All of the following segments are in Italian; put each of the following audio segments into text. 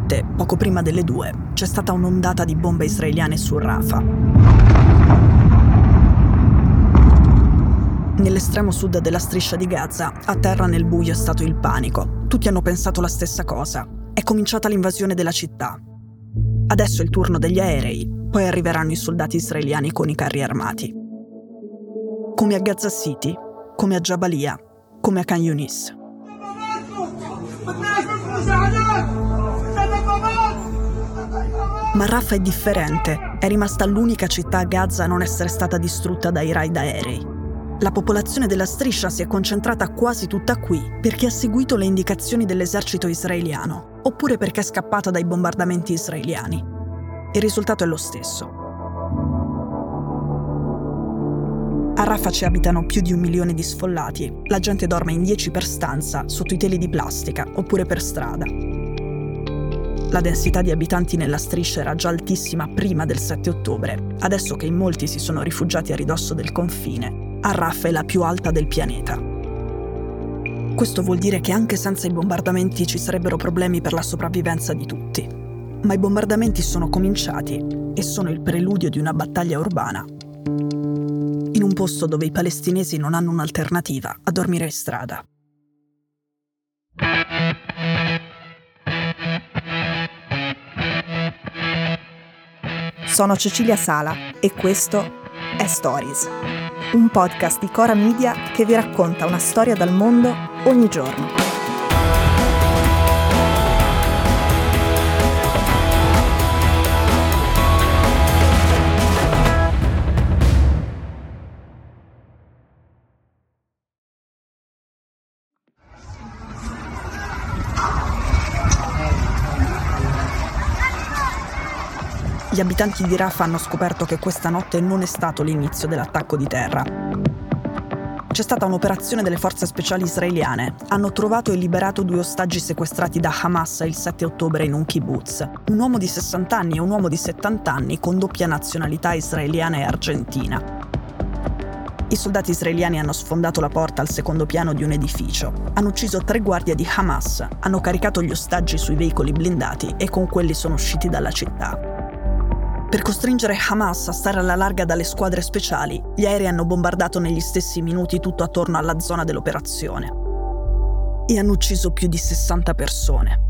notte, poco prima delle 2, c'è stata un'ondata di bombe israeliane su Rafah. Nell'estremo sud della striscia di Gaza, a terra nel buio è stato il panico. Tutti hanno pensato la stessa cosa. È cominciata l'invasione della città. Adesso è il turno degli aerei, poi arriveranno i soldati israeliani con i carri armati. Come a Gaza City, come a Jabalia, come a Khan Yunis. Ma Rafah è differente, è rimasta l'unica città a Gaza a non essere stata distrutta dai raid aerei. La popolazione della striscia si è concentrata quasi tutta qui perché ha seguito le indicazioni dell'esercito israeliano, oppure perché è scappata dai bombardamenti israeliani. Il risultato è lo stesso. A Rafah ci abitano più di 1 milione di sfollati. La gente dorme in 10 per stanza, sotto i teli di plastica, oppure per strada. La densità di abitanti nella striscia era già altissima prima del 7 ottobre. Adesso che in molti si sono rifugiati a ridosso del confine, a Rafah è la più alta del pianeta. Questo vuol dire che anche senza i bombardamenti ci sarebbero problemi per la sopravvivenza di tutti. Ma i bombardamenti sono cominciati e sono il preludio di una battaglia urbana. In un posto dove i palestinesi non hanno un'alternativa a dormire in strada. Sono Cecilia Sala e questo è Stories, un podcast di Cora Media che vi racconta una storia dal mondo ogni giorno. Gli abitanti di Rafah hanno scoperto che questa notte non è stato l'inizio dell'attacco di terra. C'è stata un'operazione delle forze speciali israeliane. Hanno trovato e liberato 2 ostaggi sequestrati da Hamas il 7 ottobre in un kibbutz. Un uomo di 60 anni e un uomo di 70 anni con doppia nazionalità israeliana e argentina. I soldati israeliani hanno sfondato la porta al secondo piano di un edificio. Hanno ucciso 3 guardie di Hamas, hanno caricato gli ostaggi sui veicoli blindati e con quelli sono usciti dalla città. Per costringere Hamas a stare alla larga dalle squadre speciali, gli aerei hanno bombardato negli stessi minuti tutto attorno alla zona dell'operazione. E hanno ucciso più di 60 persone.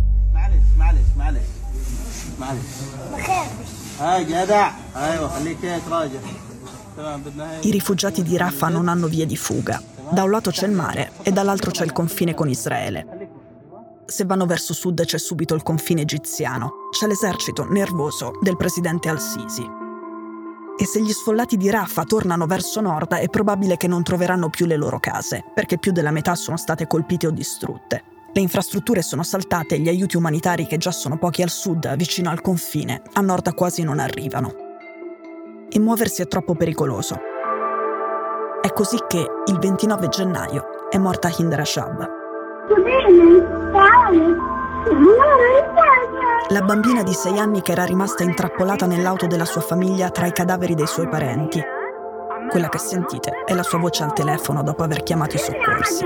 I rifugiati di Rafah non hanno vie di fuga. Da un lato c'è il mare e dall'altro c'è il confine con Israele. Se vanno verso sud c'è subito il confine egiziano. C'è l'esercito nervoso del presidente al-Sisi. E se gli sfollati di Rafah tornano verso nord è probabile che non troveranno più le loro case, perché più della metà sono state colpite o distrutte. Le infrastrutture sono saltate e gli aiuti umanitari, che già sono pochi al sud, vicino al confine, a nord quasi non arrivano. E muoversi è troppo pericoloso. È così che, il 29 gennaio, è morta Hind Rashab. La bambina di 6 anni che era rimasta intrappolata nell'auto della sua famiglia tra i cadaveri dei suoi parenti. Quella che sentite è la sua voce al telefono dopo aver chiamato i soccorsi.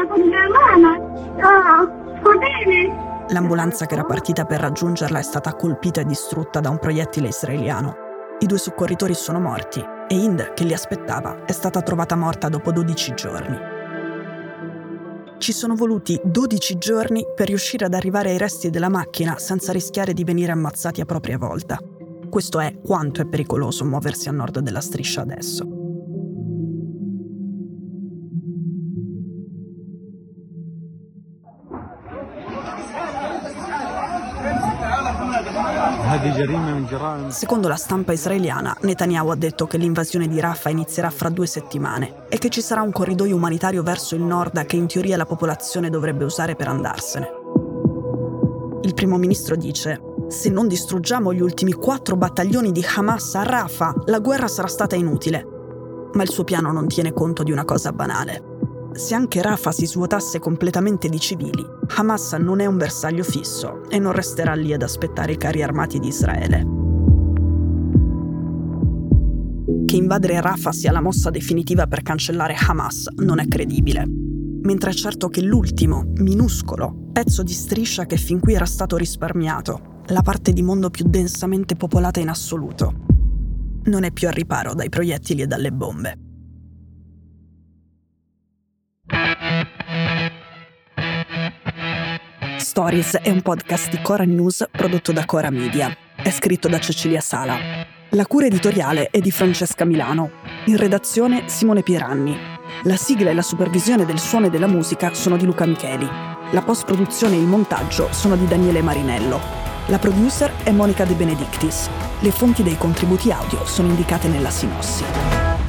L'ambulanza che era partita per raggiungerla è stata colpita e distrutta da un proiettile israeliano. I 2 soccorritori sono morti e Hind, che li aspettava, è stata trovata morta dopo 12 giorni. Ci sono voluti 12 giorni per riuscire ad arrivare ai resti della macchina senza rischiare di venire ammazzati a propria volta. Questo è quanto è pericoloso muoversi a nord della striscia adesso. Secondo la stampa israeliana, Netanyahu ha detto che l'invasione di Rafah inizierà fra 2 settimane e che ci sarà un corridoio umanitario verso il nord che in teoria la popolazione dovrebbe usare per andarsene. Il primo ministro dice: se non distruggiamo gli ultimi 4 battaglioni di Hamas a Rafah, la guerra sarà stata inutile. Ma il suo piano non tiene conto di una cosa banale. Se anche Rafah si svuotasse completamente di civili, Hamas non è un bersaglio fisso e non resterà lì ad aspettare i carri armati di Israele. Che invadere Rafah sia la mossa definitiva per cancellare Hamas non è credibile. Mentre è certo che l'ultimo, minuscolo, pezzo di striscia che fin qui era stato risparmiato, la parte di mondo più densamente popolata in assoluto, non è più al riparo dai proiettili e dalle bombe. Stories è un podcast di Cora News prodotto da Cora Media. È scritto da Cecilia Sala. La cura editoriale è di Francesca Milano. In redazione Simone Pieranni. La sigla e la supervisione del suono e della musica sono di Luca Micheli. La post-produzione e il montaggio sono di Daniele Marinello. La producer è Monica De Benedictis. Le fonti dei contributi audio sono indicate nella sinossi.